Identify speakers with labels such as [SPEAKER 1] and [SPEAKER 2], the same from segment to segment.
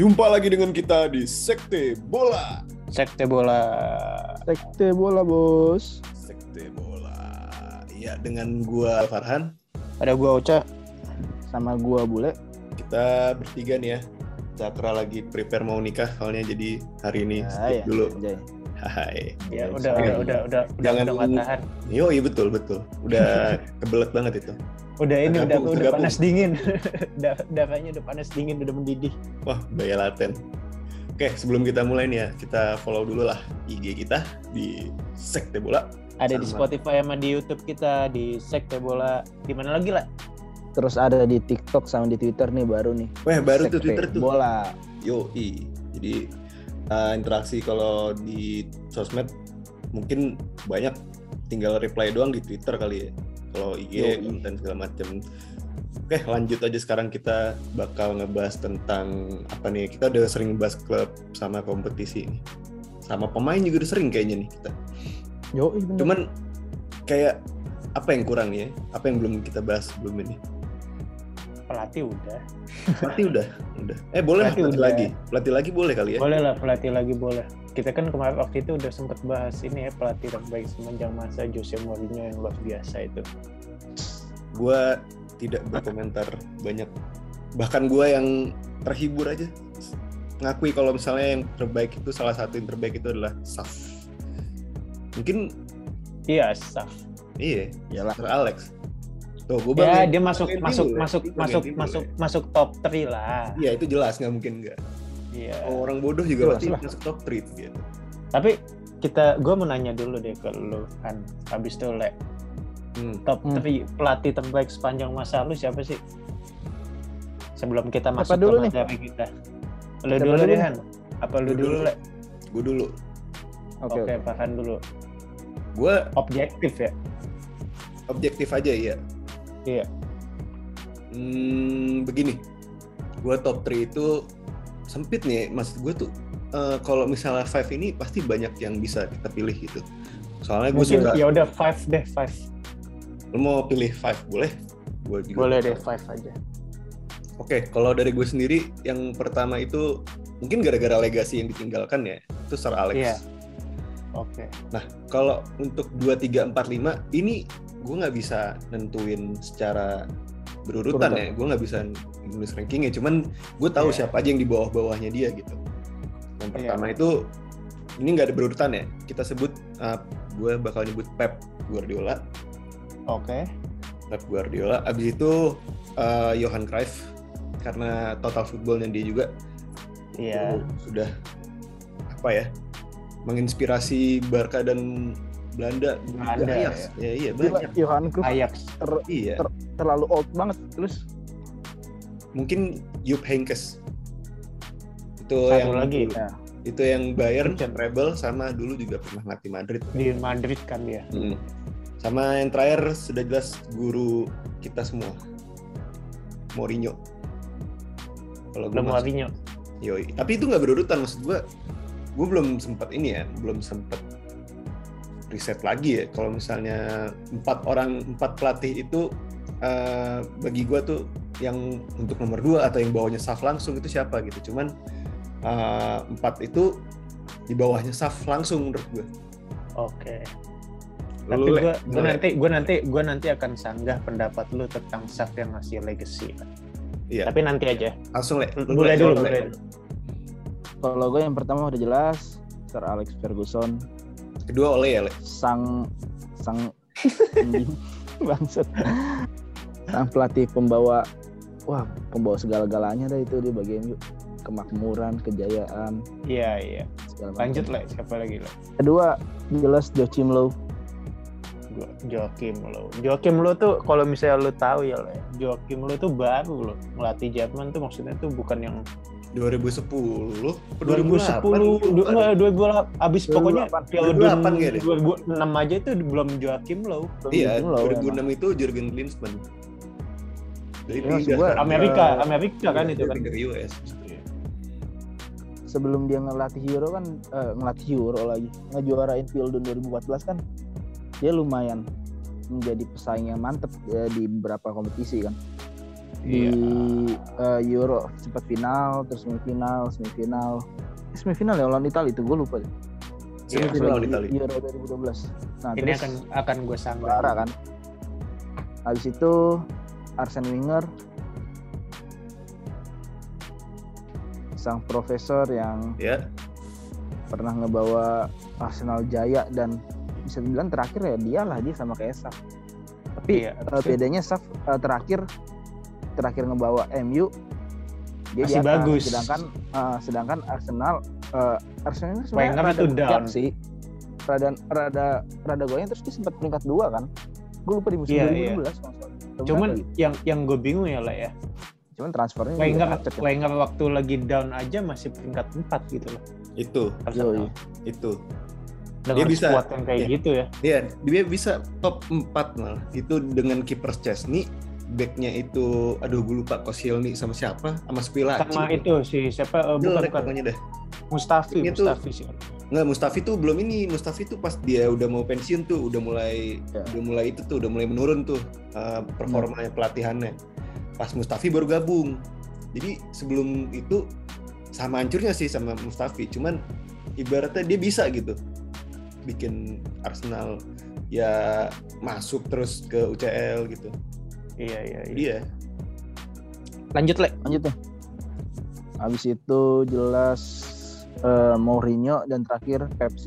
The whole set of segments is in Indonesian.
[SPEAKER 1] Jumpa lagi dengan kita di Sekte Bola.
[SPEAKER 2] Sekte Bola.
[SPEAKER 3] Sekte Bola, Bos.
[SPEAKER 1] Sekte Bola. Iya, dengan gua Farhan.
[SPEAKER 2] Ada gua Ocha.
[SPEAKER 3] Sama gua Bule.
[SPEAKER 1] Kita bertiga nih ya. Cakra lagi prepare mau nikah soalnya, jadi hari ini skip dulu. Hai.
[SPEAKER 2] Ya udah
[SPEAKER 1] Jangan
[SPEAKER 2] nggak tahan.
[SPEAKER 1] Yo, iya betul. Udah kebelet banget itu.
[SPEAKER 2] Udah
[SPEAKER 1] Tergabung.
[SPEAKER 2] panas dingin. udah kayaknya udah panas dingin, udah mendidih.
[SPEAKER 1] Wah, daya laten. Oke, sebelum kita mulai nih ya, kita follow dulu lah IG kita di Sekte Bola.
[SPEAKER 2] Ada di Spotify sama di YouTube kita di Sekte Bola. Di mana lagi lah?
[SPEAKER 3] Terus ada di TikTok sama di Twitter nih baru nih.
[SPEAKER 1] Wah, baru tuh
[SPEAKER 3] Sekte
[SPEAKER 1] Twitter tuh.
[SPEAKER 3] Bola.
[SPEAKER 1] Yoi. Jadi interaksi kalau di sosmed mungkin banyak, tinggal reply doang di Twitter kali ya. Kalau IG konten segala macam. Oke, lanjut aja sekarang kita bakal ngebahas tentang apa nih? Kita udah sering bahas klub sama kompetisi nih. Sama pemain juga udah sering kayaknya nih kita.
[SPEAKER 3] Bener.
[SPEAKER 1] Cuman kayak apa yang kurang nih ya? Apa yang belum kita bahas sebelum ini?
[SPEAKER 2] Pelatih udah.
[SPEAKER 1] Pelatih udah. Boleh pelatih lagi boleh kali ya?
[SPEAKER 2] Boleh lah, pelatih lagi boleh. Kita kan kemarin waktu itu udah sempat bahas ini ya, pelatih terbaik sepanjang masa Jose Mourinho yang luar biasa itu.
[SPEAKER 1] Gua tidak berkomentar banyak. Bahkan gua yang terhibur aja ngakui kalau misalnya yang terbaik itu, salah satu yang terbaik itu adalah Saf. Mungkin
[SPEAKER 2] iya, Saf.
[SPEAKER 1] Iya,
[SPEAKER 3] Iyalah.
[SPEAKER 1] Sir Alex. Tuh, gua
[SPEAKER 2] ya dia masuk top 3 lah.
[SPEAKER 1] Iya, itu jelas, nggak mungkin nggak.
[SPEAKER 2] Iya.
[SPEAKER 1] Orang bodoh juga pasti
[SPEAKER 3] Jelas lah.
[SPEAKER 1] masuk top 3 gitu.
[SPEAKER 2] Tapi gue mau nanya dulu deh ke lu kan, habis itu Le, top 3 pelatih terbaik sepanjang masa lu siapa sih? Sebelum kita masuk
[SPEAKER 3] dulu
[SPEAKER 2] ke materi kita. Lu dulu deh Han. Apa lu dulu Le?
[SPEAKER 1] Gue dulu.
[SPEAKER 2] Oke, Farhan dulu.
[SPEAKER 1] Gue
[SPEAKER 2] Objektif ya?
[SPEAKER 1] objektif aja ya.
[SPEAKER 2] Iya.
[SPEAKER 1] Begini. Gue top 3 itu sempit nih, maksud gue tuh kalau misalnya 5 ini pasti banyak yang bisa kita pilih gitu. Soalnya gue suka.
[SPEAKER 2] Ya udah 5 deh, 5.
[SPEAKER 1] Lo mau pilih 5 boleh? Gua juga
[SPEAKER 2] boleh deh 5 aja.
[SPEAKER 1] Oke, kalau dari gue sendiri yang pertama itu mungkin gara-gara legasi yang ditinggalkan ya, itu Sir Alex.
[SPEAKER 2] Iya. Oke.
[SPEAKER 1] Nah, kalau untuk 2, 3, 4, 5 ini gue nggak bisa nentuin secara berurutan ya, gue nggak bisa nulis rankingnya, cuman gue tahu siapa aja yang di bawah-bawahnya dia gitu. Yang pertama itu, ini nggak ada berurutan ya, kita sebut, gue bakal nyebut Pep Guardiola.
[SPEAKER 2] Oke.
[SPEAKER 1] Pep Guardiola, abis itu Johan Cruyff, karena total footballnya dia juga sudah apa ya, menginspirasi Barca dan Belanda Ajax.
[SPEAKER 2] Ya.
[SPEAKER 1] Iya banyak.
[SPEAKER 3] Johan Cruyff
[SPEAKER 2] Ajax.
[SPEAKER 3] Terlalu old banget. Terus
[SPEAKER 1] mungkin Jupp Heynckes. Itu
[SPEAKER 2] satu
[SPEAKER 1] yang
[SPEAKER 2] lagi.
[SPEAKER 1] Ya. Itu yang Bayern, Rebel, sama dulu juga pernah ngelatih Madrid.
[SPEAKER 2] Di Madrid kan dia.
[SPEAKER 1] Sama yang terakhir sudah jelas guru kita semua, Mourinho. Kalau gue
[SPEAKER 2] Mourinho.
[SPEAKER 1] Yoi. Tapi itu nggak berurutan, maksud gue belum sempat riset lagi ya. Kalau misalnya 4 pelatih itu bagi gue tuh yang untuk nomor 2 atau yang bawahnya Saf langsung itu siapa gitu. Cuman 4 itu di bawahnya Saf langsung menurut gue.
[SPEAKER 2] Oke. Tapi gue nanti akan sanggah pendapat lu tentang Saf yang masih legacy.
[SPEAKER 1] Iya.
[SPEAKER 2] Tapi nanti aja.
[SPEAKER 1] Langsung
[SPEAKER 2] Boleh dulu.
[SPEAKER 3] kalau gue yang pertama udah jelas Sir Alex Ferguson.
[SPEAKER 1] Kedua Ole ya, Le?
[SPEAKER 3] Sang bangsat. Sang pelatih pembawa segala-galanya dah itu dia bagian kemakmuran, kejayaan.
[SPEAKER 2] Iya. Lanjut Le, siapa lagi Le?
[SPEAKER 3] Kedua jelas Joachim Löw.
[SPEAKER 2] Joachim Löw tuh kalau misalnya lu tahu ya Le, Joachim Löw tuh baru loh ngelatih Jerman tuh, maksudnya tuh bukan yang
[SPEAKER 1] 2010
[SPEAKER 2] abis pokoknya Piala Dunia 2006 aja itu belum Joachim Löw.
[SPEAKER 1] Iya, 2006 itu Jurgen Klinsmann. Dari
[SPEAKER 2] Amerika kan itu kan
[SPEAKER 1] dari US.
[SPEAKER 3] Sebelum dia ngelatih Euro lagi ngejuarain Piala Dunia 2014 kan, dia lumayan menjadi pesaing yang mantep ya di beberapa kompetisi kan. di Euro sempat final, terus semifinal ya lawan Italia itu gue lupa deh.
[SPEAKER 1] Semifinal
[SPEAKER 3] Euro 2012. Nah,
[SPEAKER 2] ini akan gue sanggah
[SPEAKER 3] kan. Habis itu Arsene Wenger, sang profesor yang pernah ngebawa Arsenal jaya dan bisa dibilang terakhir ya dia sama kayak Saf. Tapi bedanya Saf terakhir ngebawa MU dia
[SPEAKER 2] masih bagus.
[SPEAKER 3] Sedangkan Arsenal
[SPEAKER 2] Wenger itu down
[SPEAKER 3] sih. Rada goyang terus dia sempat peringkat 2 kan. Gue lupa di musim 2012.
[SPEAKER 2] Cuman yang gue bingung ya lah ya.
[SPEAKER 3] Cuman transfernya
[SPEAKER 2] Wenger waktu lagi down aja masih peringkat 4 gitu loh.
[SPEAKER 1] Itu.
[SPEAKER 2] Dengan
[SPEAKER 1] dia bisa
[SPEAKER 2] squad yang kayak gitu ya.
[SPEAKER 1] Iya, dia bisa top 4 malah. Itu dengan kiper Szczesny, backnya itu gue lupa Koscielny sama siapa, sama Squillaci.
[SPEAKER 2] Sama itu si siapa bukan
[SPEAKER 1] deh.
[SPEAKER 2] Mustafi sih.
[SPEAKER 1] Enggak, Mustafi tuh belum ini. Mustafi tuh pas dia udah mau pensiun tuh udah mulai menurun tuh performanya pelatihannya. Pas Mustafi baru gabung. Jadi sebelum itu sama hancurnya sih sama Mustafi, cuman ibaratnya dia bisa gitu bikin Arsenal ya masuk terus ke UCL gitu. Iya.
[SPEAKER 2] Lanjut deh.
[SPEAKER 3] Habis itu jelas Mourinho dan terakhir Pepsi.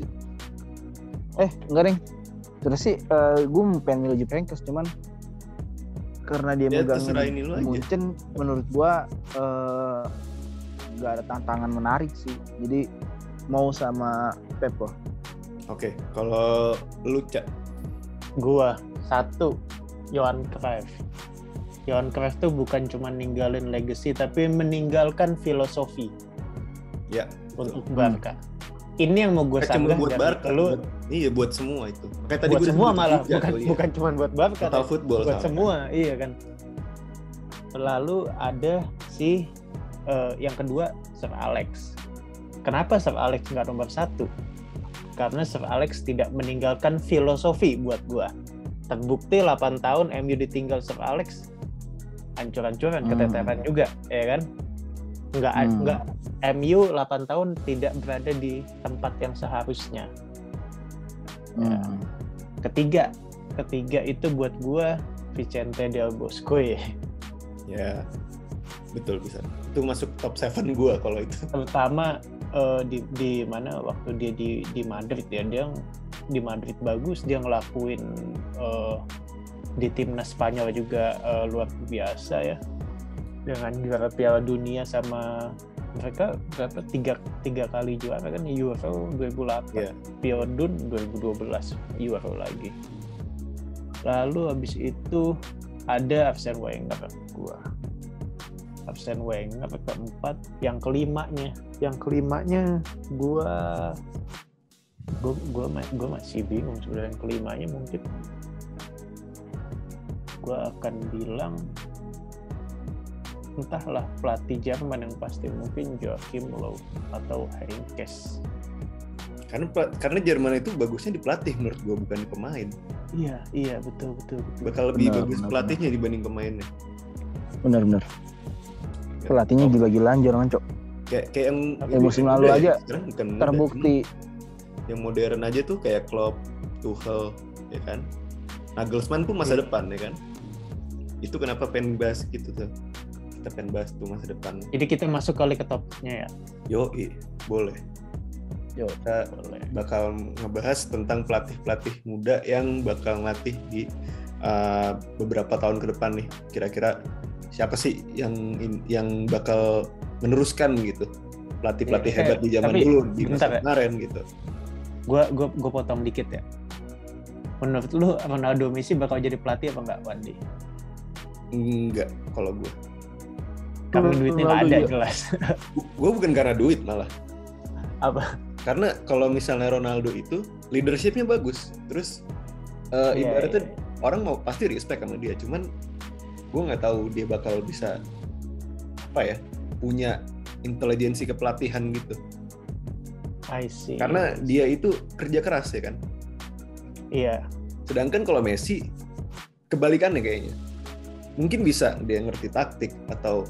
[SPEAKER 3] Enggak deng. Terus sih gue pengen milih Juventus cuman karena dia megang Munchen menurut gue nggak ada tantangan menarik sih. Jadi mau sama Pep loh.
[SPEAKER 1] Oke, kalau lu Cak?
[SPEAKER 2] Gua 1 Johan Cruyff. Johan Cruyff tuh bukan cuma ninggalin legacy tapi meninggalkan filosofi.
[SPEAKER 1] Ya,
[SPEAKER 2] untuk Barca. Ini yang mau gue sanggah
[SPEAKER 1] buat Barca. Iya, buat semua itu.
[SPEAKER 2] Kayak tadi buat semua malah bukan cuma buat Barca.
[SPEAKER 1] Total football
[SPEAKER 2] buat semua, iya kan. Lalu ada si yang kedua Sir Alex. Kenapa Sir Alex nggak nomor 1? Karena Sir Alex tidak meninggalkan filosofi buat gua. Terbukti 8 tahun MU ditinggal Sir Alex, hancur-hancuran, keteteran juga, ya kan? Enggak MU 8 tahun tidak berada di tempat yang seharusnya. Ya. Ketiga itu buat gua Vicente Del Bosque.
[SPEAKER 1] Ya. Betul bisa. Itu masuk top 7 gua kalau itu.
[SPEAKER 2] Terutama di mana waktu dia di Madrid ya, dia di Madrid bagus, dia ngelakuin di timnas Spanyol juga luar biasa ya, dengan juara Piala Dunia sama mereka berapa tiga kali juara kan, Euro 2008, Piala 2012 Euro lagi. Lalu habis itu ada Arsene Wenger keempat. Yang kelimanya gue masih bingung sebenarnya. Yang kelimanya mungkin gue akan bilang entahlah, pelatih Jerman yang pasti mungkin Joachim Löw atau Heinkes.
[SPEAKER 1] Karena Jerman itu bagusnya di pelatih menurut gue, bukan di pemain.
[SPEAKER 2] Iya betul.
[SPEAKER 1] Bakal lebih bagus pelatihnya dibanding pemainnya.
[SPEAKER 3] Benar. Pelatihnya gila-gilaan Jerman, Cok.
[SPEAKER 1] Kayak yang
[SPEAKER 3] musim lalu aja terbukti.
[SPEAKER 1] Yang modern aja tuh kayak Klopp, Tuchel, ya kan. Nagelsmann pun masa depan, ya kan. Itu kenapa pengen bahas gitu tuh. Kita pengen bahas tuh masa depan.
[SPEAKER 2] Jadi kita masuk kali ke topnya ya.
[SPEAKER 1] Boleh. Kita bakal ngebahas tentang pelatih-pelatih muda yang bakal ngelatih di beberapa tahun ke depan nih. Kira-kira siapa sih yang bakal meneruskan gitu pelatih-pelatih hebat di zaman dulu di masa kemarin gitu.
[SPEAKER 2] Gue potong dikit ya. Menurut lu Ronaldo Messi bakal jadi pelatih apa enggak, Wandi?
[SPEAKER 1] Enggak, kalau gue.
[SPEAKER 2] Karena duitnya nggak ada jelas.
[SPEAKER 1] Gue bukan karena duit malah.
[SPEAKER 2] Apa?
[SPEAKER 1] Karena kalau misalnya Ronaldo itu leadershipnya bagus, terus ibaratnya orang mau pasti respect sama dia. Cuman gue nggak tahu dia bakal bisa punya intelijensi kepelatihan gitu.
[SPEAKER 2] I see.
[SPEAKER 1] Karena dia itu kerja keras ya kan.
[SPEAKER 2] Iya.
[SPEAKER 1] Sedangkan kalau Messi kebalikannya kayaknya. mungkin bisa dia ngerti taktik atau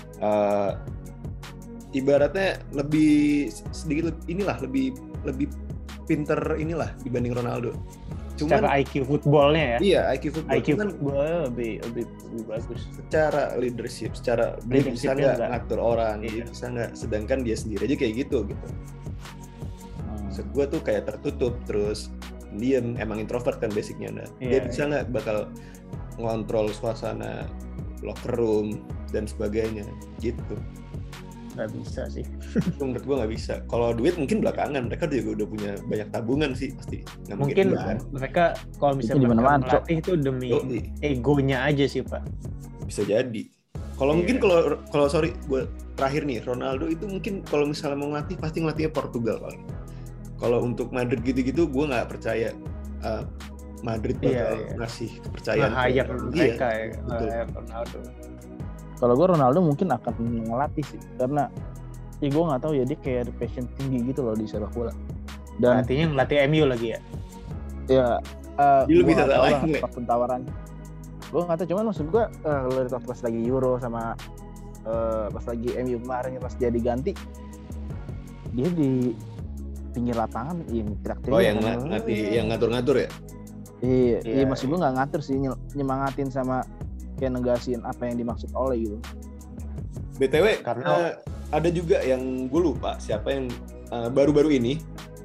[SPEAKER 1] ibaratnya sedikit lebih pinter inilah dibanding Ronaldo. Cuman
[SPEAKER 2] secara IQ footballnya ya.
[SPEAKER 1] Iya, IQ
[SPEAKER 2] football lebih bagus.
[SPEAKER 1] Secara leadership, dia bisa nggak ngatur orang, dia bisa nggak, sedangkan dia sendiri aja kayak gitu. Maksud gue tuh kayak tertutup, terus diem, emang introvert kan basicnya. Dia bisa nggak bakal ngontrol suasana locker room dan sebagainya gitu.
[SPEAKER 2] Nggak bisa sih.
[SPEAKER 1] Menurut gue nggak bisa. Kalau duit mungkin belakangan, mereka juga udah punya banyak tabungan sih pasti.
[SPEAKER 2] Mungkin mereka kalau misalnya melatih itu demi egonya aja sih Pak.
[SPEAKER 1] Bisa jadi. Kalau mungkin kalau sorry gue terakhir nih, Ronaldo itu mungkin kalau misalnya mau ngelatih pasti ngelatihnya Portugal paling. Kalau untuk Madrid gitu-gitu gue nggak percaya Madrid bakal ngasih kepercayaan.
[SPEAKER 2] Hayat mereka Ronaldo.
[SPEAKER 3] Kalau gue Ronaldo mungkin akan ngelatih sih, karena gue nggak tahu ya, dia kayak ada passion tinggi gitu loh di sepak bola. Dan
[SPEAKER 2] artinya ngelatih MU lagi ya?
[SPEAKER 3] Ya,
[SPEAKER 1] gue bisa tahu lah
[SPEAKER 3] apapun tawarannya. Gue nggak tahu, cuman maksud gue pas lagi Euro sama pas lagi MU kemarin pas dia diganti, dia di pinggir lapangan traktir.
[SPEAKER 1] Oh, yang ngatur-ngatur ya?
[SPEAKER 3] Iya, maksud gue nggak ngatur sih, nyemangatin sama kayak negasin apa yang dimaksud oleh gitu.
[SPEAKER 1] BTW karena ada juga yang gue lupa siapa yang baru-baru ini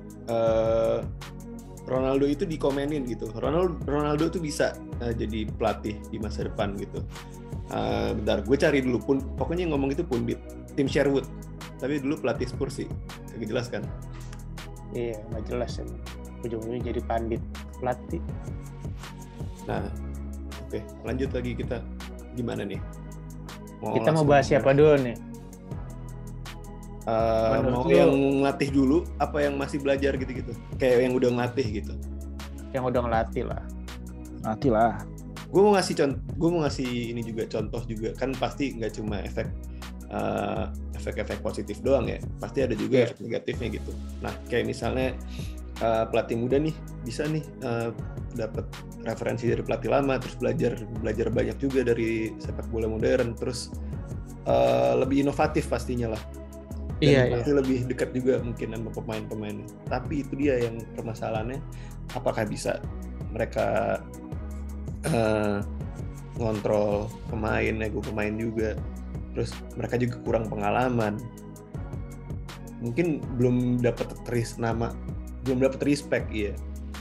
[SPEAKER 1] Ronaldo itu dikomenin gitu. Ronaldo tuh bisa jadi pelatih di masa depan gitu. Bentar, gue cari dulu pokoknya yang ngomong itu pundit Tim Sherwood. Tapi dulu pelatih Spurs sih. Gak jelas kan?
[SPEAKER 2] Iya, nggak jelas ya. Ujung-ujungnya jadi pandit pelatih.
[SPEAKER 1] Nah, oke, lanjut lagi kita gimana nih?
[SPEAKER 2] Kita mau bahas siapa dulu nih?
[SPEAKER 1] Mau yang ngelatih dulu, apa yang masih belajar gitu-gitu? Kayak yang udah ngelatih gitu.
[SPEAKER 2] Yang udah ngelatih lah.
[SPEAKER 3] Latih lah.
[SPEAKER 1] Gue mau ngasih ini juga contoh juga, kan pasti nggak cuma efek-efek positif doang ya, pasti ada juga efek negatifnya gitu. Nah, kayak misalnya pelatih muda nih bisa nih dapat referensi dari pelatih lama, terus belajar banyak juga dari sepak bola modern, terus lebih inovatif pastinya lah. Dan pasti lebih dekat juga mungkin sama pemain-pemain. Tapi itu dia yang permasalahannya, apakah bisa mereka ngontrol pemain, ego pemain juga. Terus mereka juga kurang pengalaman. Mungkin belum dapat respect ya.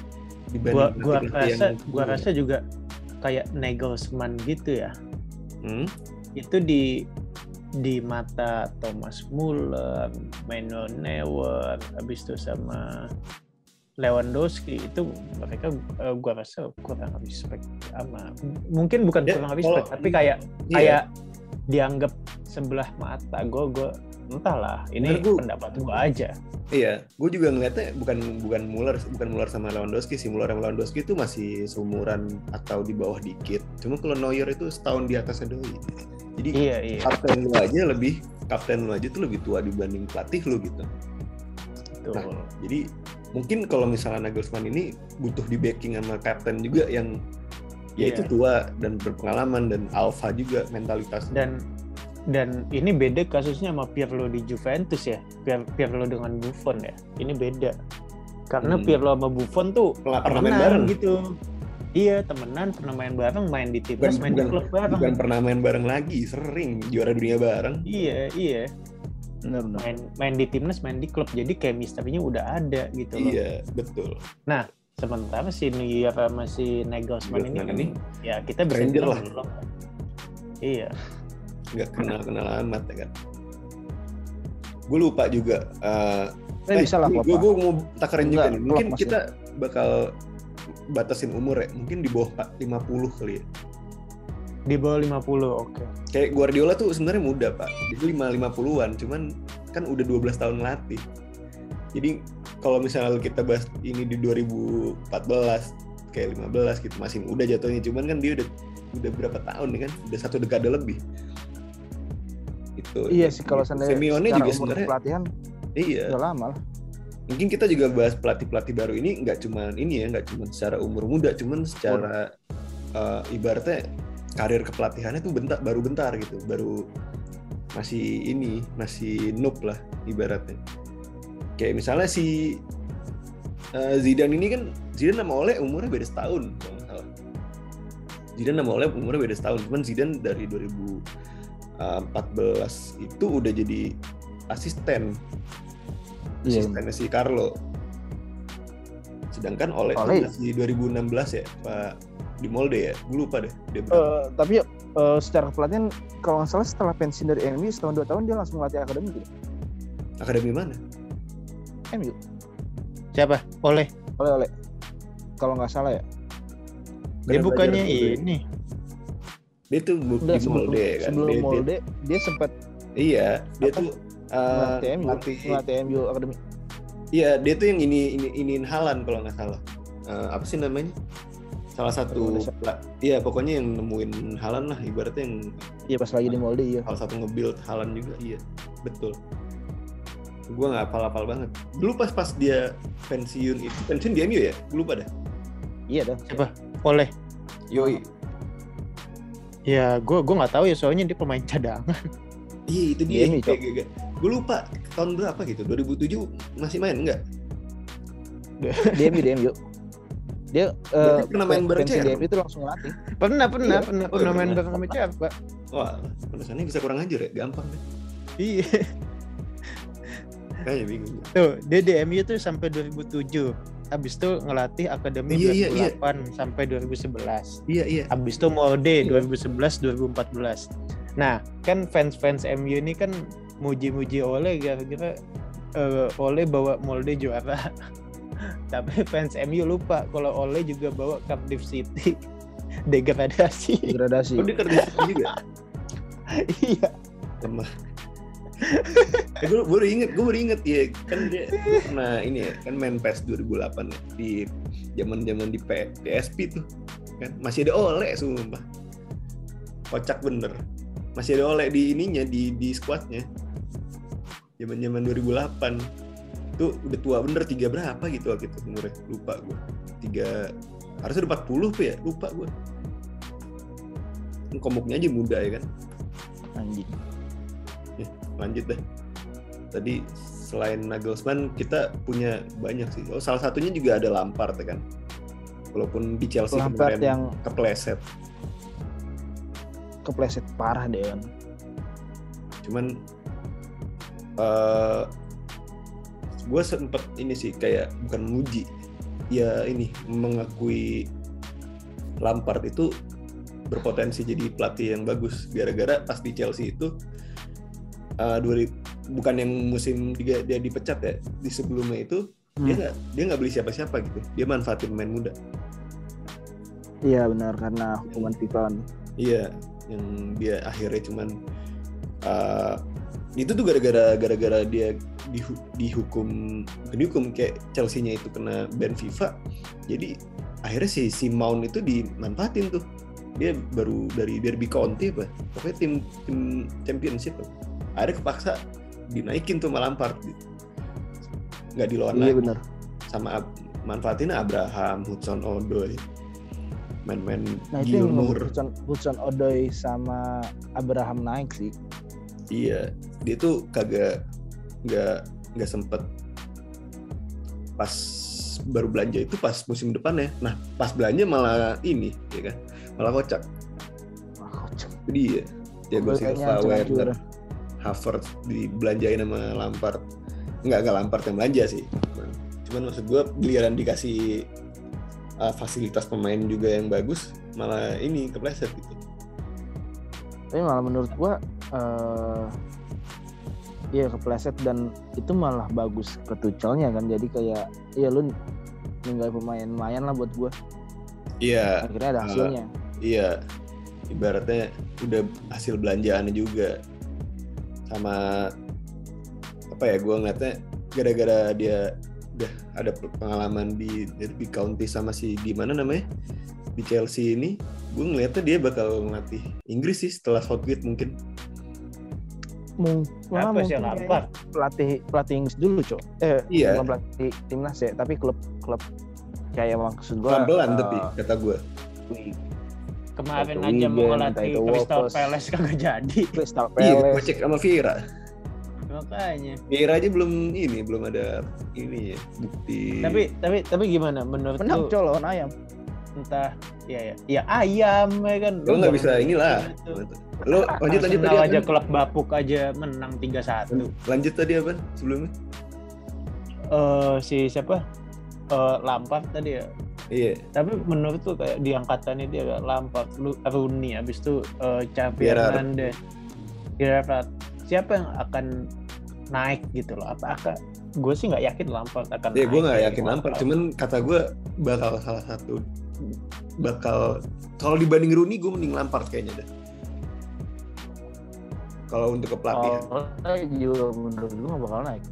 [SPEAKER 2] Gua rasa juga kayak Nagelsmann gitu ya. Itu di mata Thomas Muller, Manuel Neuer, habis itu sama Lewandowski, itu mereka gua rasa kurang respect sama, mungkin bukan kurang respect, tapi kayak dianggap sebelah mata. Gue entahlah, ini pendapat gue aja.
[SPEAKER 1] Iya, gue juga ngeliatnya bukan Muller sama Lewandowski sih. Muller sama Lewandowski itu masih seumuran atau di bawah dikit. Cuma kalau Neuer itu setahun di atasnya doi. Jadi kapten lu aja tuh lebih tua dibanding pelatih lu gitu. Betul. Nah, jadi mungkin kalau misalnya Nagelsmann ini butuh di backing sama kapten juga yang itu tua dan berpengalaman dan alpha juga mentalitasnya.
[SPEAKER 2] Dan ini beda kasusnya sama Pirlo di Juventus ya. Pirlo dengan Buffon ya. Ini beda. Karena Pirlo sama Buffon tuh
[SPEAKER 1] pernah main bareng
[SPEAKER 2] gitu. Iya, temenan, pernah main bareng, main di timnas, main di klub bareng.
[SPEAKER 1] Bukan pernah main bareng lagi, sering juara dunia bareng.
[SPEAKER 2] Iya. Benar. Main di timnas, main di klub. Jadi chemistry-nya udah ada gitu loh.
[SPEAKER 1] Iya, betul.
[SPEAKER 2] Nah, sementara si Neuer sama si Nagelsmann ini ya kita bisa
[SPEAKER 1] Ranger lah.
[SPEAKER 2] Iya.
[SPEAKER 1] Nggak kenal amat ya kan. Gue lupa juga.
[SPEAKER 3] Bisa lah.
[SPEAKER 1] Gue mau takarin juga nih. Mungkin kita bakal batasin umur ya. Mungkin di bawah 50 kali ya.
[SPEAKER 2] Di bawah 50, oke.
[SPEAKER 1] Kayak Guardiola tuh sebenarnya muda Pak. Dia 50-an, cuman kan udah 12 tahun ngelatih. Jadi kalau misalnya kita bahas ini di 2014 kayak 15 gitu, masih muda jatuhnya, cuman kan dia udah berapa tahun nih kan, udah 1 dekade lebih. Itu.
[SPEAKER 3] Iya sih, kalau
[SPEAKER 1] Simeone juga sebenarnya
[SPEAKER 3] pelatihan.
[SPEAKER 1] Iya.
[SPEAKER 3] Udah lama lah.
[SPEAKER 1] Mungkin kita juga bahas pelatih baru ini nggak cuma secara umur muda, cuman secara ibaratnya karir kepelatihannya tuh baru bentar gitu, baru masih noob lah ibaratnya. Kayak misalnya si Zidane ini kan, Zidane sama Ole umurnya beda setahun kalau nggak salah. Zidane sama Ole umurnya beda setahun, cuman Zidane dari 2014 itu udah jadi asistennya si Carlo. Sedangkan Ole itu masih 2016 ya, Pak, di Molde ya, gue lupa deh.
[SPEAKER 3] Tapi secara kepelatihan kalau nggak salah setelah pensiun dari MU setahun 2 tahun dia langsung melatih akademi gitu.
[SPEAKER 1] Akademi mana?
[SPEAKER 3] MU.
[SPEAKER 2] Siapa? Ole. Kalau nggak salah ya. Dia bukannya ini.
[SPEAKER 1] Dia tuh di Molde kan.
[SPEAKER 3] Sebelum Molde dia sempat.
[SPEAKER 1] Iya, dia tuh
[SPEAKER 3] melatih MU akademi.
[SPEAKER 1] Iya, dia tuh yang iniin Haaland kalau nggak salah. Apa sih namanya? Salah satu. Iya, pokoknya yang nemuin Haaland lah, ibaratnya yang.
[SPEAKER 3] Iya, pas lagi di Molde iya.
[SPEAKER 1] Salah satu nge-build Haaland juga, iya, betul. Gue nggak hafal banget. Dulu pas dia pensiun di MU ya? Gue lupa dah.
[SPEAKER 3] Iya dah.
[SPEAKER 2] Siapa? Ole.
[SPEAKER 1] Yoi.
[SPEAKER 2] Ya, gue nggak tahu ya, soalnya dia pemain cadangan.
[SPEAKER 1] Iya, itu dia. Gue lupa tahun berapa gitu. 2007 masih main nggak?
[SPEAKER 3] Di MU. Dia
[SPEAKER 1] pernah main bareng
[SPEAKER 3] di MU itu langsung ngelatih.
[SPEAKER 2] Pernah main bareng sama siapa?
[SPEAKER 1] Wah, penulisannya bisa kurang ajar ya, gampang deh.
[SPEAKER 2] Iya.
[SPEAKER 1] Kayaknya bingung.
[SPEAKER 2] Tuh, dia di MU tuh sampai 2007. Habis itu ngelatih akademi 2008 sampai 2011.
[SPEAKER 1] Iya.
[SPEAKER 2] Habis itu Molde 2011-2014. Nah, kan fans MU ini kan muji-muji Ole gara-gara Ole bawa Molde juara. Tapi fans MU lupa kalau Ole juga bawa Cardiff City degradasi.
[SPEAKER 1] Oh, dia Cardiff City juga?
[SPEAKER 2] Iya.
[SPEAKER 1] Lemah. Gue baru inget ya, kan dia pernah ini ya, kan main PES 2008 ya, di zaman di PSP tuh kan masih ada Ole, sumpah kocak bener, masih ada Ole di ininya, di squadnya zaman 2008 tuh. Udah tua bener, 3 berapa gitu umurnya, lupa gue, 3 harusnya udah 40 tuh ya, lupa gue. Komuknya aja muda ya kan,
[SPEAKER 3] anjing.
[SPEAKER 1] Lanjut deh. Tadi selain Nagelsmann kita punya banyak sih. Oh, salah satunya juga ada Lampard ya kan. Walaupun di Chelsea
[SPEAKER 3] Lampard
[SPEAKER 1] kemarin
[SPEAKER 3] yang kepleset parah deh kan.
[SPEAKER 1] Cuman gue sempet ini sih kayak bukan muji ya, ini mengakui Lampard itu berpotensi jadi pelatih yang bagus gara-gara pas di Chelsea itu bukan yang musim 3 dia dipecat ya, di sebelumnya itu dia nggak beli siapa-siapa gitu, dia manfaatin pemain muda.
[SPEAKER 3] Iya benar, karena hukuman FIFA.
[SPEAKER 1] Iya, yang dia akhirnya cuman itu tuh gara-gara dia dihukum kayak Chelsea-nya itu kena ban FIFA, jadi akhirnya si Mount itu dimanfaatin tuh, dia baru dari Derby County apa, pokoknya tim championship tuh. Akhirnya kepaksa dinaikin tuh sama Lampard, nggak dilawan lagi. Iya benar. Sama manfaatin Abraham, Hudson-Odoi, main-main Gilmour.
[SPEAKER 3] Hudson Odoi sama Abraham naik sih.
[SPEAKER 1] Iya, dia tuh nggak sempet pas baru belanja itu pas musim depan ya. Nah pas belanja malah ini, ya kan, malah kocak. Jadi ya, Thiago Silva, Werner, Havertz dibelanjain sama Lampard. Nggak Lampard yang belanja sih. Cuman maksud gue giliran dikasih fasilitas pemain juga yang bagus, malah ini kepleset gitu.
[SPEAKER 3] Tapi malah menurut gue iya kepleset, dan itu malah bagus ke Tuchelnya kan. Jadi kayak ya lu ninggal pemain lumayan lah buat gue.
[SPEAKER 1] Iya.
[SPEAKER 3] Akhirnya ada hasilnya.
[SPEAKER 1] Iya. Ibaratnya udah hasil belanjaannya juga. Sama apa ya, gue ngeliatnya gara-gara dia udah ada pengalaman di Derby County sama si di mana namanya di Chelsea ini, gue ngeliatnya dia bakal ngelatih Inggris sih setelah Southgate mungkin.
[SPEAKER 2] Apa sih Lampard?
[SPEAKER 3] Pelatih Inggris dulu, Cok.
[SPEAKER 1] Iya.
[SPEAKER 3] Bukan pelatih timnas ya, tapi klub kayak maksud gue.
[SPEAKER 1] Pelan-pelan tapi kata gue.
[SPEAKER 2] Kemarin
[SPEAKER 3] Taito
[SPEAKER 2] aja mau
[SPEAKER 3] Wigan,
[SPEAKER 2] ngelatih
[SPEAKER 3] Taito
[SPEAKER 2] Crystal
[SPEAKER 3] Wolves.
[SPEAKER 2] Palace kagak jadi.
[SPEAKER 3] Crystal
[SPEAKER 1] Iya,
[SPEAKER 3] Palace.
[SPEAKER 1] gue cek sama Vieira.
[SPEAKER 2] Makanya.
[SPEAKER 1] Vieira aja belum ada ini ya bukti.
[SPEAKER 2] Tapi gimana menurut
[SPEAKER 3] Menang
[SPEAKER 2] lu?
[SPEAKER 3] lawan ayam.
[SPEAKER 2] Entah ya ayam ya kan.
[SPEAKER 1] Lo nggak bisa inilah. Lo lanjut tadi
[SPEAKER 2] Arsenal aja
[SPEAKER 1] apa?
[SPEAKER 2] klub bapuk aja menang 3-1.
[SPEAKER 1] Lanjut tadi apa sebelumnya?
[SPEAKER 2] Si siapa? Lampard tadi ya.
[SPEAKER 1] Iya.
[SPEAKER 2] Tapi menurut tuh kayak di angkatannya dia kayak Lampard, Rooney, abis itu Xavi
[SPEAKER 1] Gerrard.
[SPEAKER 2] Hernandez, Gerrard. Siapa yang akan naik gitu loh? Apakah gue sih nggak yakin Lampard akan
[SPEAKER 1] Ya
[SPEAKER 2] naik.
[SPEAKER 1] gue nggak yakin Lampard, cuman kata gue bakal kalau dibanding Rooney gue mending Lampard kayaknya deh. Kalau untuk ke pelatihan.
[SPEAKER 3] Juga menurut gue nggak bakal naik.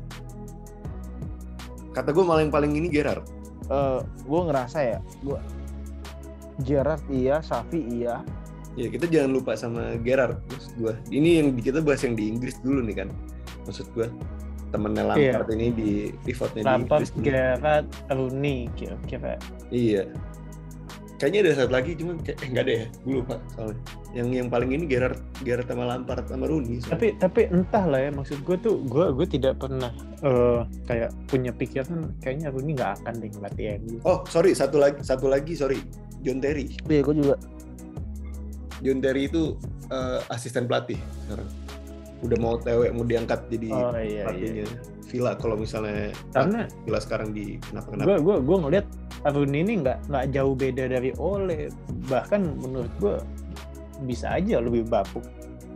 [SPEAKER 1] Kata gue malah yang paling ini Gerrard.
[SPEAKER 3] Gue ngerasa ya, Gerrard iya, Xavi iya.
[SPEAKER 1] Ya kita jangan lupa sama Gerrard maksud gue. Ini yang kita bahas yang di Inggris dulu nih kan. Maksud gue temennya Lampard ini di pivotnya
[SPEAKER 2] Lampard,
[SPEAKER 1] di Inggris.
[SPEAKER 2] Gerrard, Rooney kira-kira.
[SPEAKER 1] Iya. Kayaknya ada satu lagi cuman enggak deh ya. Gue lupa soalnya. Yang paling ini Gerrard sama Lampard sama Rooney.
[SPEAKER 2] Tapi entah lah ya, maksud gue tuh gue tidak pernah kayak punya pikiran kayaknya Rooney nggak akan deh ngelatih MU.
[SPEAKER 1] Oh sorry satu lagi sorry John Terry.
[SPEAKER 3] Iya, gue juga.
[SPEAKER 1] John Terry itu asisten pelatih sekarang. Udah mau mau diangkat jadi pelatihnya Villa kalau misalnya
[SPEAKER 2] karena
[SPEAKER 1] Villa sekarang di kenapa.
[SPEAKER 2] Gue ngeliat Rooney ini nggak jauh beda dari Ole, bahkan menurut gue bisa aja lebih bapuk.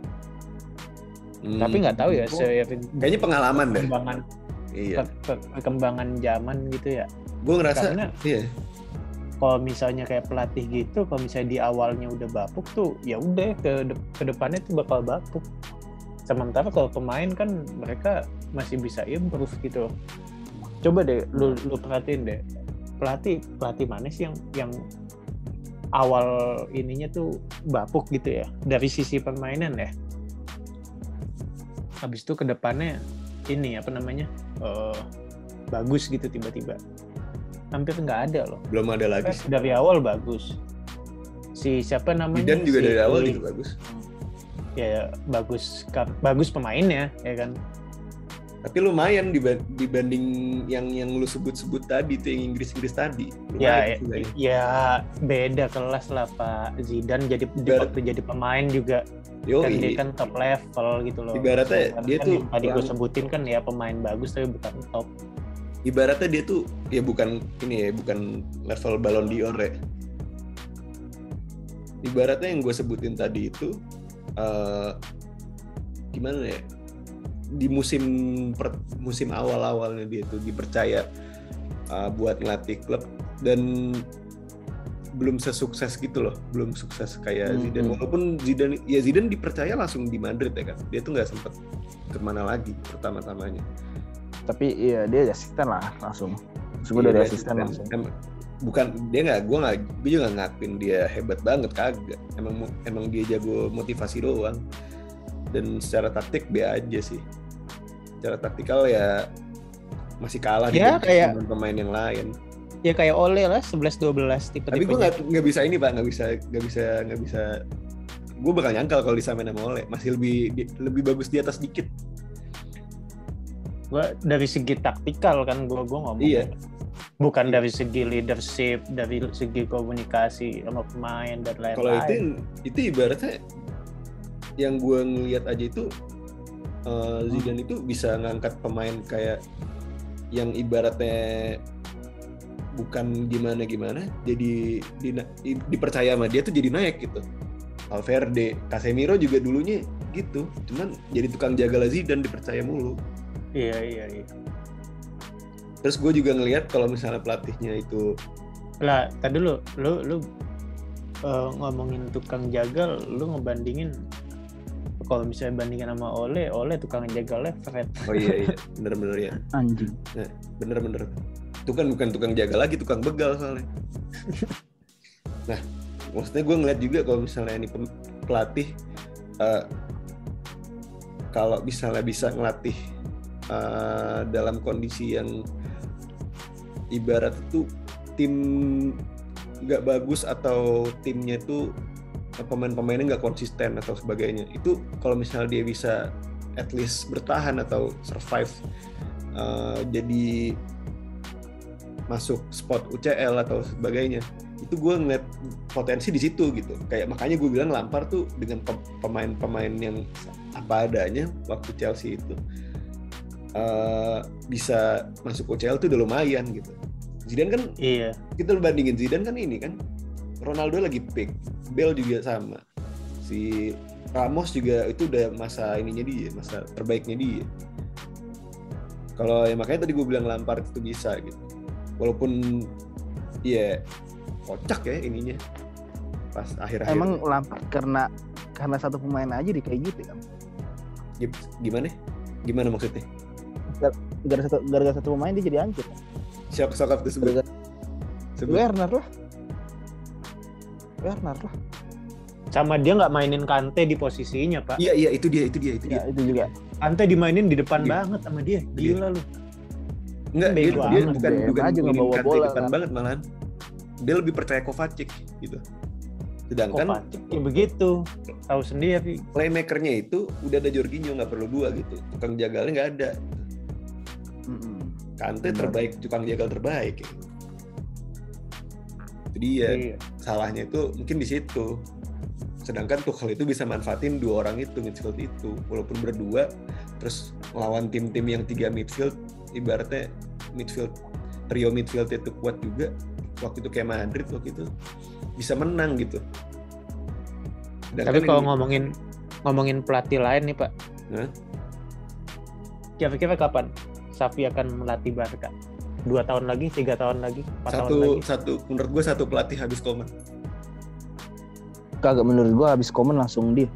[SPEAKER 2] Tapi nggak tahu ya
[SPEAKER 1] kayaknya pengalaman deh.
[SPEAKER 2] Perkembangan zaman gitu ya.
[SPEAKER 1] Gue ngerasa
[SPEAKER 2] karena kalau misalnya kayak pelatih gitu, kalau misalnya di awalnya udah bapuk tuh ya udah ke depannya tuh bakal bapuk. Sementara kalau pemain kan mereka masih bisa improve gitu. Coba deh lu perhatiin deh, pelatih mana sih yang awal ininya tuh bapuk gitu ya dari sisi permainan ya. Habis itu ke depannya ini apa namanya bagus gitu tiba-tiba. Hampir nggak ada loh.
[SPEAKER 1] Belum ada lagi.
[SPEAKER 2] Dari awal bagus. Si siapa namanya?
[SPEAKER 1] Dan juga dari awal juga bagus.
[SPEAKER 2] Ya bagus pemainnya ya kan.
[SPEAKER 1] Tapi lumayan dibanding yang lu sebut tadi tuh yang Inggris tadi.
[SPEAKER 2] Ya beda kelas lah Pak. Zidane waktu jadi pemain juga kan dia kan top level gitu loh.
[SPEAKER 1] Ibaratnya dia tuh
[SPEAKER 2] tadi gue sebutin kan ya pemain bagus tapi bukan top.
[SPEAKER 1] Ibaratnya dia tuh ya bukan level Ballon d'Or ya. Ibaratnya yang gue sebutin tadi itu gimana ya? Di musim awal-awalnya dia tuh dipercaya buat ngelatih klub dan belum sesukses gitu loh, belum sukses kayak Zidane. Walaupun Zidane dipercaya langsung di Madrid ya kan, dia tuh nggak sempet kemana lagi pertama-tamanya.
[SPEAKER 3] Tapi iya dia asisten lah langsung. Sudah dari asisten langsung.
[SPEAKER 1] Bukan dia gue juga ngakuin dia hebat banget kagak. Emang dia jago motivasi doang. Dan secara taktik B aja sih. Secara taktikal ya masih kalah
[SPEAKER 2] ya, kayak
[SPEAKER 1] pemain yang lain.
[SPEAKER 2] Ya kayak Ole lah 11-12 tipe-tipe.
[SPEAKER 1] Tapi gue nggak bisa ini Pak, nggak bisa. Gue bakal nyangkal kalau disamain sama Ole, masih lebih bagus di atas dikit.
[SPEAKER 2] Gue dari segi taktikal kan gue ngomong.
[SPEAKER 1] Iya.
[SPEAKER 2] Bukan dari segi leadership, dari segi komunikasi sama pemain dan lain-lain.
[SPEAKER 1] Kalau itu ibaratnya yang gue ngelihat aja itu Zidane itu bisa ngangkat pemain kayak yang ibaratnya bukan gimana jadi dipercaya sama dia tuh jadi naik gitu. Valverde, Casemiro juga dulunya gitu, cuman jadi tukang jaga Zidane dipercaya mulu.
[SPEAKER 2] Iya.
[SPEAKER 1] Terus gue juga ngelihat kalau misalnya pelatihnya itu
[SPEAKER 2] lah, tadi lu ngomongin tukang jagal, lu ngebandingin kalau misalnya bandingin sama Ole tukang jagalnya Fred.
[SPEAKER 1] Oh iya, bener ya.
[SPEAKER 3] Anjing.
[SPEAKER 1] Nah, bener. Itu kan bukan tukang jaga lagi, tukang begal soalnya. Nah, maksudnya gue ngeliat juga kalau misalnya ini pelatih kalau misalnya bisa ngelatih dalam kondisi yang ibarat itu tim nggak bagus atau timnya itu pemain-pemainnya nggak konsisten atau sebagainya. Itu kalau misalnya dia bisa at least bertahan atau survive jadi masuk spot UCL atau sebagainya, itu gue ngeliat potensi di situ gitu. Kayak makanya gue bilang Lampard tuh dengan pemain-pemain yang apa adanya waktu Chelsea itu bisa masuk UCL tuh udah lumayan gitu. Zidane kan, kita bandingin Zidane kan ini kan, Ronaldo lagi peak, Bale juga sama, si Ramos juga itu udah masa ininya dia, masa terbaiknya dia. Kalau ya makanya tadi gue bilang Lampard itu bisa gitu, walaupun ya kocak ya ininya pas akhir-akhir.
[SPEAKER 3] Emang Lampard karena satu pemain aja di kayak gitu kan?
[SPEAKER 1] Gimana maksudnya?
[SPEAKER 3] Gara-gara satu pemain dia jadi hancur.
[SPEAKER 1] Siapa sokap itu sebut?
[SPEAKER 3] Werner lah.
[SPEAKER 2] Sama dia nggak mainin Kante di posisinya, Pak.
[SPEAKER 1] Iya itu dia.
[SPEAKER 3] Ya, itu juga.
[SPEAKER 2] Kante dimainin di depan banget sama dia. Gila lu.
[SPEAKER 1] Enggak, dia bukan mainin Kante
[SPEAKER 3] bola,
[SPEAKER 1] depan
[SPEAKER 3] kan?
[SPEAKER 1] banget malahan. Dia lebih percaya Kovacic gitu. Sedangkan
[SPEAKER 2] Kovacic ya begitu. Tahu sendiri.
[SPEAKER 1] Playmaker-nya itu udah ada Jorginho, nggak perlu dua gitu. Tukang jagalnya nggak ada. Kante terbaik, tukang jagal terbaik. Jadi ya salahnya itu mungkin di situ. Sedangkan Tuchel itu bisa manfaatin dua orang itu, midfield itu, walaupun berdua, terus lawan tim-tim yang 3 midfield, ibaratnya trio midfield itu kuat juga. Waktu itu kayak Madrid waktu itu bisa menang gitu. Sedangkan
[SPEAKER 2] tapi kalau ngomongin pelatih lain nih Pak, kira-kira kapan Xavi akan melatih Barca? 2 tahun lagi, 3 tahun lagi, 4 tahun lagi?
[SPEAKER 1] Menurut gue satu pelatih habis Koeman.
[SPEAKER 3] Kagak, menurut gue habis Koeman langsung dia.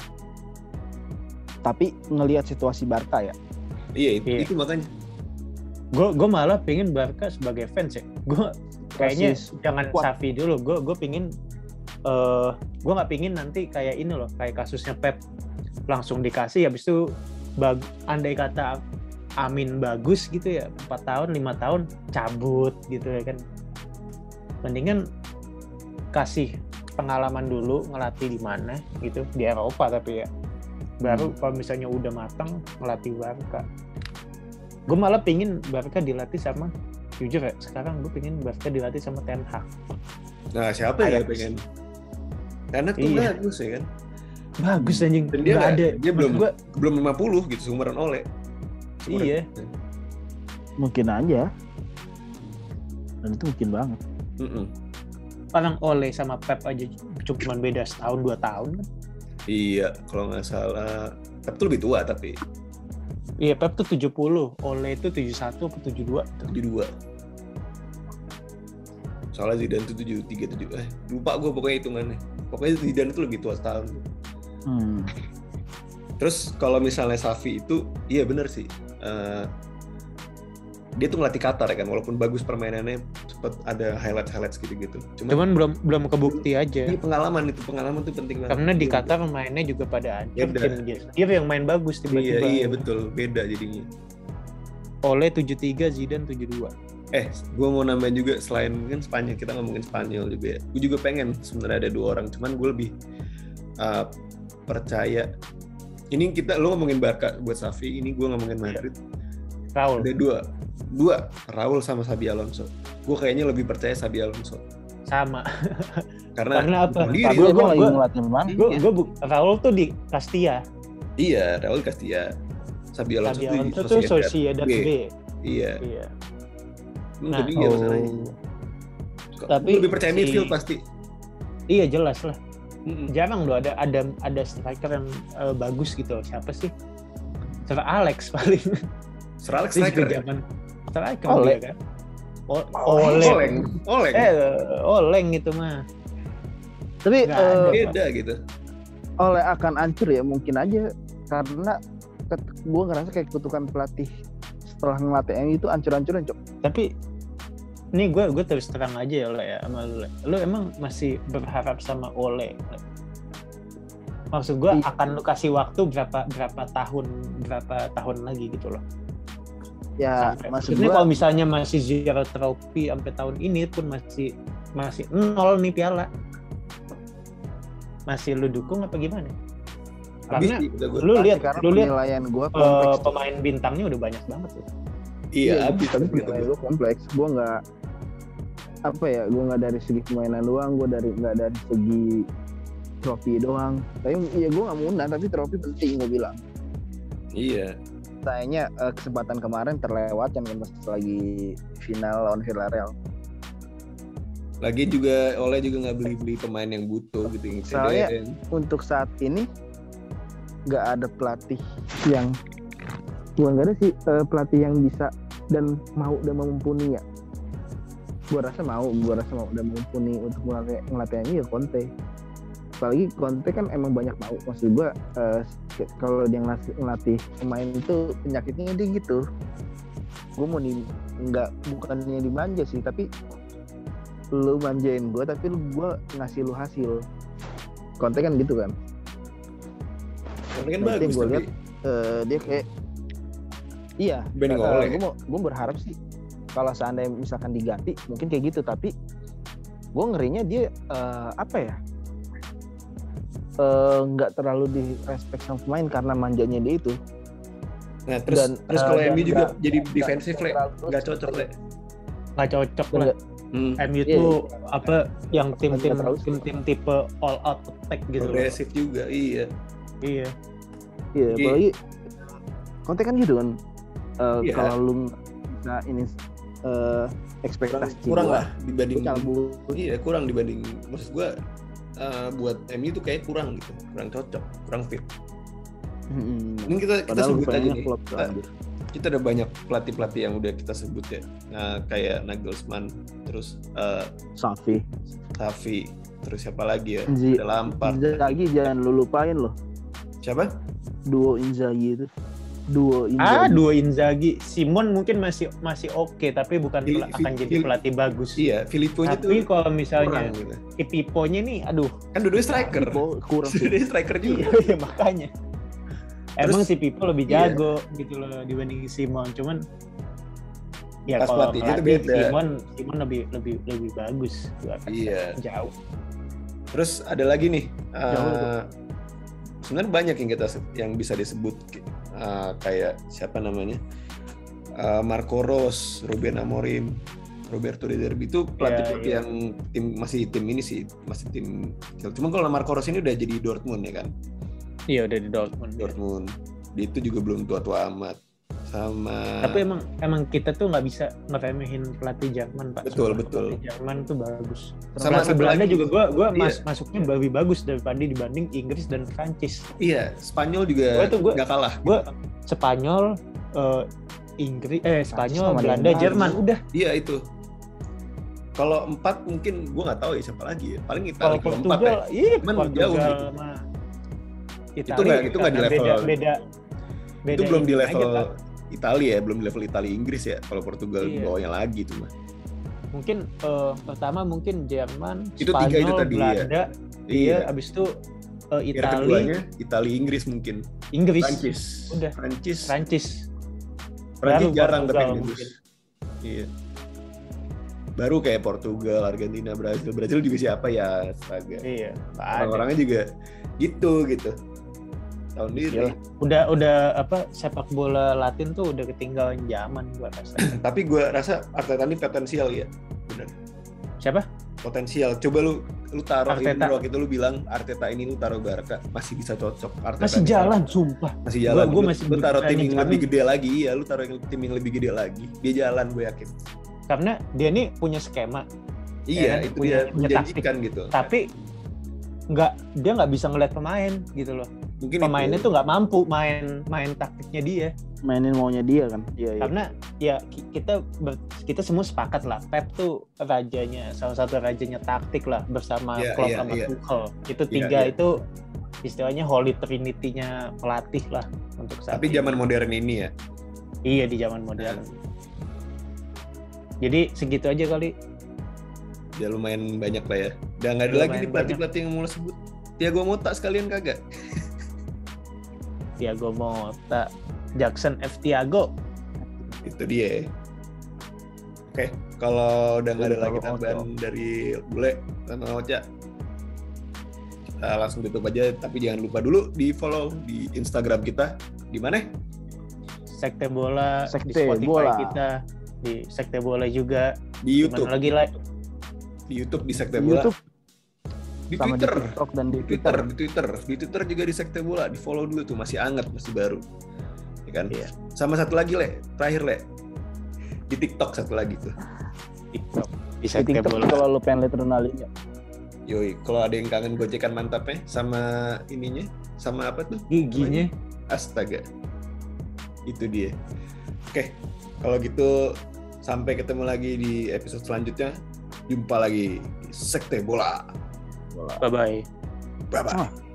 [SPEAKER 3] Tapi ngelihat situasi Barca ya.
[SPEAKER 1] Iya. Itu makanya.
[SPEAKER 2] Gue malah pengen Barca sebagai fans ya. Gue kayaknya jangan Xavi dulu. Gue pengen, gue nggak pengen nanti kayak ini loh, kayak kasusnya Pep langsung dikasih, habis itu andai kata Amin bagus gitu ya, 4 tahun 5 tahun cabut gitu ya kan. Mendingan kasih pengalaman dulu ngelatih di mana gitu, di Eropa tapi ya. Baru kalau misalnya udah matang ngelatih Barca. Gue malah pingin Barca dilatih sama, jujur ya, sekarang gue pingin Barca dilatih sama Ten Hag.
[SPEAKER 1] Nah siapa ya pengen? Ten Hag tuh bagus ya kan.
[SPEAKER 2] Bagus anjing.
[SPEAKER 1] Dan dia belum 50 gitu seumuran Ole.
[SPEAKER 2] Iya.
[SPEAKER 3] Mungkin aja. Dan itu mungkin banget.
[SPEAKER 2] Orang Ole sama Pep aja cuma beda setahun 2 tahun kan.
[SPEAKER 1] Iya, kalau nggak salah Pep tuh lebih tua tapi.
[SPEAKER 2] Iya, Pep tuh 70, Ole itu 71 atau 72?
[SPEAKER 1] 72. Soalnya Zidane tuh 73, lupa gue pokoknya hitungannya. Pokoknya Zidane itu lebih tua setahun. Terus kalau misalnya Xavi itu, iya bener sih. Dia tuh ngelatih Qatar ya kan, walaupun bagus permainannya, sempat ada highlights gitu.
[SPEAKER 2] Cuman belum kebukti aja.
[SPEAKER 1] Ini pengalaman tuh penting banget.
[SPEAKER 2] Karena di Qatar mainnya juga pada hancur, tim dia yang main bagus tiba-tiba.
[SPEAKER 1] Iya betul, beda jadinya.
[SPEAKER 2] Ole 73, Zidane 72.
[SPEAKER 1] Gue mau nambahin juga, selain kan Spanyol, kita ngomongin Spanyol juga ya. Gue juga pengen sebenarnya ada 2 orang, cuman gue lebih percaya. Ini lo ngomongin Barca buat Xavi, ini gue ngomongin Madrid.
[SPEAKER 2] Raul.
[SPEAKER 1] Ada dua, Raul sama Xabi Alonso. Gue kayaknya lebih percaya Xabi Alonso.
[SPEAKER 2] Sama.
[SPEAKER 1] Karena
[SPEAKER 2] apa?
[SPEAKER 3] Gue lagi ngeliatin mana?
[SPEAKER 2] Raul tuh di Castilla.
[SPEAKER 1] Iya, Raul Castilla. Xabi Alonso
[SPEAKER 2] tuh Sociedad B.
[SPEAKER 1] Iya.
[SPEAKER 2] Nah,
[SPEAKER 1] dia masalahnya. Tapi lebih percaya midfield pasti.
[SPEAKER 2] Iya jelas lah. Jarang loh ada striker yang bagus gitu. Siapa sih? Sir Alex paling.
[SPEAKER 1] Sir Alex striker ya?
[SPEAKER 2] Striker
[SPEAKER 3] Oleh.
[SPEAKER 2] dia kan. Oleng gitu mah.
[SPEAKER 3] Tapi
[SPEAKER 1] beda gitu.
[SPEAKER 3] Oleh akan hancur ya mungkin aja, karena gue ngerasa kayak kutukan pelatih setelah ngelatih MU itu hancur-hancuran cok.
[SPEAKER 2] Tapi ini gue terus terang aja ya Ole ya sama lu. Lu emang masih berharap sama Ole? Maksud gue akan lu kasih waktu berapa tahun lagi gitu loh.
[SPEAKER 3] Ya maksud
[SPEAKER 2] gue kalau
[SPEAKER 3] gua,
[SPEAKER 2] misalnya masih zero trophy sampai tahun ini pun masih 0 nih piala. masih lu dukung apa gimana?
[SPEAKER 1] Habis
[SPEAKER 2] Karena lu lihat
[SPEAKER 3] penilaian gue kompleks.
[SPEAKER 2] Pemain bintangnya udah banyak banget tuh.
[SPEAKER 1] Iya, habis
[SPEAKER 3] tapi penilaian gue kompleks. Gue nggak gue nggak dari segi permainan doang, gue nggak dari segi trofi doang. Tapi iya gue nggak munafik, tapi trofi penting gue bilang.
[SPEAKER 1] Iya.
[SPEAKER 3] Sayangnya kesempatan kemarin terlewatkan kan pas lagi final lawan Villarreal.
[SPEAKER 1] Lagi juga Ole juga nggak beli pemain yang butuh gitu yang
[SPEAKER 3] Soalnya untuk saat ini nggak ada pelatih yang nggak ada sih pelatih yang bisa dan mau dan mumpuni ya. Gue rasa mau dan mumpuni untuk ngelatih ini ya Conte. Apalagi Conte kan emang banyak mau. Maksud gue kalau dia ngelatih pemain itu penyakitnya dia gitu. Gue mau bukannya dimanja sih, tapi lu manjain gue tapi gue ngasih lu hasil. Conte kan gitu kan.
[SPEAKER 1] Conte kan bagus
[SPEAKER 3] gue lihat dia kayak gue berharap sih kalau seandainya misalkan diganti mungkin kayak gitu, tapi gue ngerinya dia nggak terlalu di respect sama pemain karena manjanya dia itu.
[SPEAKER 1] Nah terus kalau MU juga jadi defensif nggak cocok le.
[SPEAKER 2] Nggak cocok lah. MU tuh yang tim tipe all out attack gitu.
[SPEAKER 1] Agresif juga, iya.
[SPEAKER 3] Apalagi Conte kan gitu kan. Kalau lu bisa ini ekspektasi
[SPEAKER 1] kurang lah dibanding kurang dibanding maksud gue buat MU tuh kayak kurang cocok, kurang fit. Ini kita sebut aja nih. Kita ada banyak pelatih yang udah kita sebut ya. Kayak Nagelsmann, terus
[SPEAKER 3] Xavi,
[SPEAKER 1] terus siapa lagi ya? Ada Lampard.
[SPEAKER 3] Inzaghi jangan lu lupain loh.
[SPEAKER 1] Siapa?
[SPEAKER 3] Duo Inzaghi.
[SPEAKER 2] Duo Inzaghi. Simon mungkin masih oke, tapi bukan akan jadi pelatih bagus.
[SPEAKER 1] Iya, Filippo-nya tuh.
[SPEAKER 2] Tapi kalau misalnya Pipo-nya nih, aduh.
[SPEAKER 1] Kan dua-duanya striker.
[SPEAKER 3] Kurang sih.
[SPEAKER 1] Dua-duanya striker juga.
[SPEAKER 2] Iya, makanya. Emang si Pipo lebih jago gitu loh dibanding Simon. Cuman ya kalau Simon lebih bagus.
[SPEAKER 1] Iya.
[SPEAKER 2] Jauh.
[SPEAKER 1] Terus ada lagi nih. Sebenarnya banyak yang bisa disebut kayak siapa namanya Marco Rose, Ruben Amorim, Roberto De Zerbi itu pelatih yang masih tim cuma kalau Marco Rose ini udah jadi Dortmund ya kan.
[SPEAKER 2] Iya udah di Dortmund.
[SPEAKER 1] Dia itu juga belum tua amat sama.
[SPEAKER 2] Tapi emang kita tuh nggak bisa ngeremehin pelatih Jerman Pak.
[SPEAKER 1] Betul.
[SPEAKER 2] Pelatih Jerman tuh bagus.
[SPEAKER 1] Sama
[SPEAKER 2] pelatih Belanda juga gue masuknya lebih bagus dibanding Inggris dan Prancis.
[SPEAKER 1] Iya, Spanyol juga nggak kalah.
[SPEAKER 2] Gue Spanyol, Spanyol, Belanda, Jerman udah.
[SPEAKER 1] Iya itu. Kalau 4 mungkin gue nggak tahu ya siapa lagi ya. Paling Italia kalau 4 ya.
[SPEAKER 2] Portugal sama
[SPEAKER 1] Italia itu nggak di level.
[SPEAKER 2] Beda.
[SPEAKER 1] Itu belum di level Italia ya, belum di level Italia Inggris ya. Kalau Portugal di bawahnya lagi tuh mah.
[SPEAKER 2] Mungkin pertama mungkin Jerman,
[SPEAKER 1] itu
[SPEAKER 2] Spanyol,
[SPEAKER 1] 3 itu tadi
[SPEAKER 2] Belanda. Iya, abis itu Italia,
[SPEAKER 1] Inggris mungkin.
[SPEAKER 2] Prancis. Udah.
[SPEAKER 1] Prancis jarang tapi bagus. Iya. Baru kayak Portugal, Argentina, Brazil juga siapa ya, astaga.
[SPEAKER 2] Iya.
[SPEAKER 1] Orang-orangnya juga gitu. Tahun diri.
[SPEAKER 2] Udah sepak bola Latin tuh udah ketinggalan zaman gua rasa.
[SPEAKER 1] Tapi gua rasa Arteta ini potensial ya. Benar.
[SPEAKER 2] Siapa?
[SPEAKER 1] Potensial. Coba lu taruh Indro gitu, lu bilang Arteta ini lu taruh Barca masih bisa cocok. Arteta
[SPEAKER 2] masih jalan, sumpah.
[SPEAKER 1] Masih jalan.
[SPEAKER 2] Gua masih
[SPEAKER 1] lu taruh tim yang lebih gede lagi, ya lu taruh tim yang lebih gede lagi. Dia jalan, gue yakin.
[SPEAKER 2] Karena dia nih punya skema.
[SPEAKER 1] Iya, itu dia menjanjikan gitu.
[SPEAKER 2] Tapi dia nggak bisa ngeliat pemain gitu loh.
[SPEAKER 1] Mungkin
[SPEAKER 2] pemainnya tuh nggak mampu main taktiknya dia.
[SPEAKER 3] Mainin maunya dia kan. Iya.
[SPEAKER 2] Karena ya kita semua sepakat lah, Pep tuh salah satu rajanya taktik lah bersama Klopp sama Tuchel. Itu tiga itu istilahnya Holy Trinity-nya pelatih lah untuk saat.
[SPEAKER 1] Tapi zaman modern ini ya.
[SPEAKER 2] Iya, di zaman modern. Jadi segitu aja kali.
[SPEAKER 1] Ya lumayan banyak lah ya. Udah nggak ada lagi nih pelatih-pelatih yang mau sebut. Thiago Motta sekalian kagak?
[SPEAKER 2] Thiago Motta, Jackson F. Thiago.
[SPEAKER 1] Itu dia. Oke, kalau udah nggak ada lagi tambahan dari Bule sama Ocha, kita langsung tutup aja. Tapi jangan lupa dulu di follow di Instagram kita. Di mana?
[SPEAKER 2] Sekte Bola,
[SPEAKER 3] Sekte
[SPEAKER 2] di Spotify
[SPEAKER 3] Bola.
[SPEAKER 2] kita, di Sekte Bola juga.
[SPEAKER 1] Di YouTube.
[SPEAKER 2] Dimana lagi lah?
[SPEAKER 1] Di YouTube di Sekte
[SPEAKER 3] Di
[SPEAKER 1] Bola.
[SPEAKER 3] YouTube
[SPEAKER 1] Di
[SPEAKER 3] sama
[SPEAKER 1] Twitter.
[SPEAKER 3] di TikTok dan di
[SPEAKER 1] Di Twitter juga di Sekte Bola. Di follow dulu tuh, masih anget, masih baru. Ya kan?
[SPEAKER 2] Iya.
[SPEAKER 1] Sama satu lagi, Le. Terakhir, Le. Di TikTok satu lagi tuh.
[SPEAKER 2] TikTok. Di
[SPEAKER 3] Di
[SPEAKER 2] Sekte
[SPEAKER 3] TikTok
[SPEAKER 2] Bola.
[SPEAKER 3] kalau lu pengen lihat Ronaldinho.
[SPEAKER 1] Yoi, kalau ada yang kangen gocekan mantapnya sama ininya, sama apa tuh?
[SPEAKER 2] Giginya.
[SPEAKER 1] Astaga. Itu dia. Oke, kalau gitu sampai ketemu lagi di episode selanjutnya. Jumpa lagi di Sekte Bola.
[SPEAKER 2] Bye-bye.
[SPEAKER 1] Bye-bye.
[SPEAKER 3] Ah.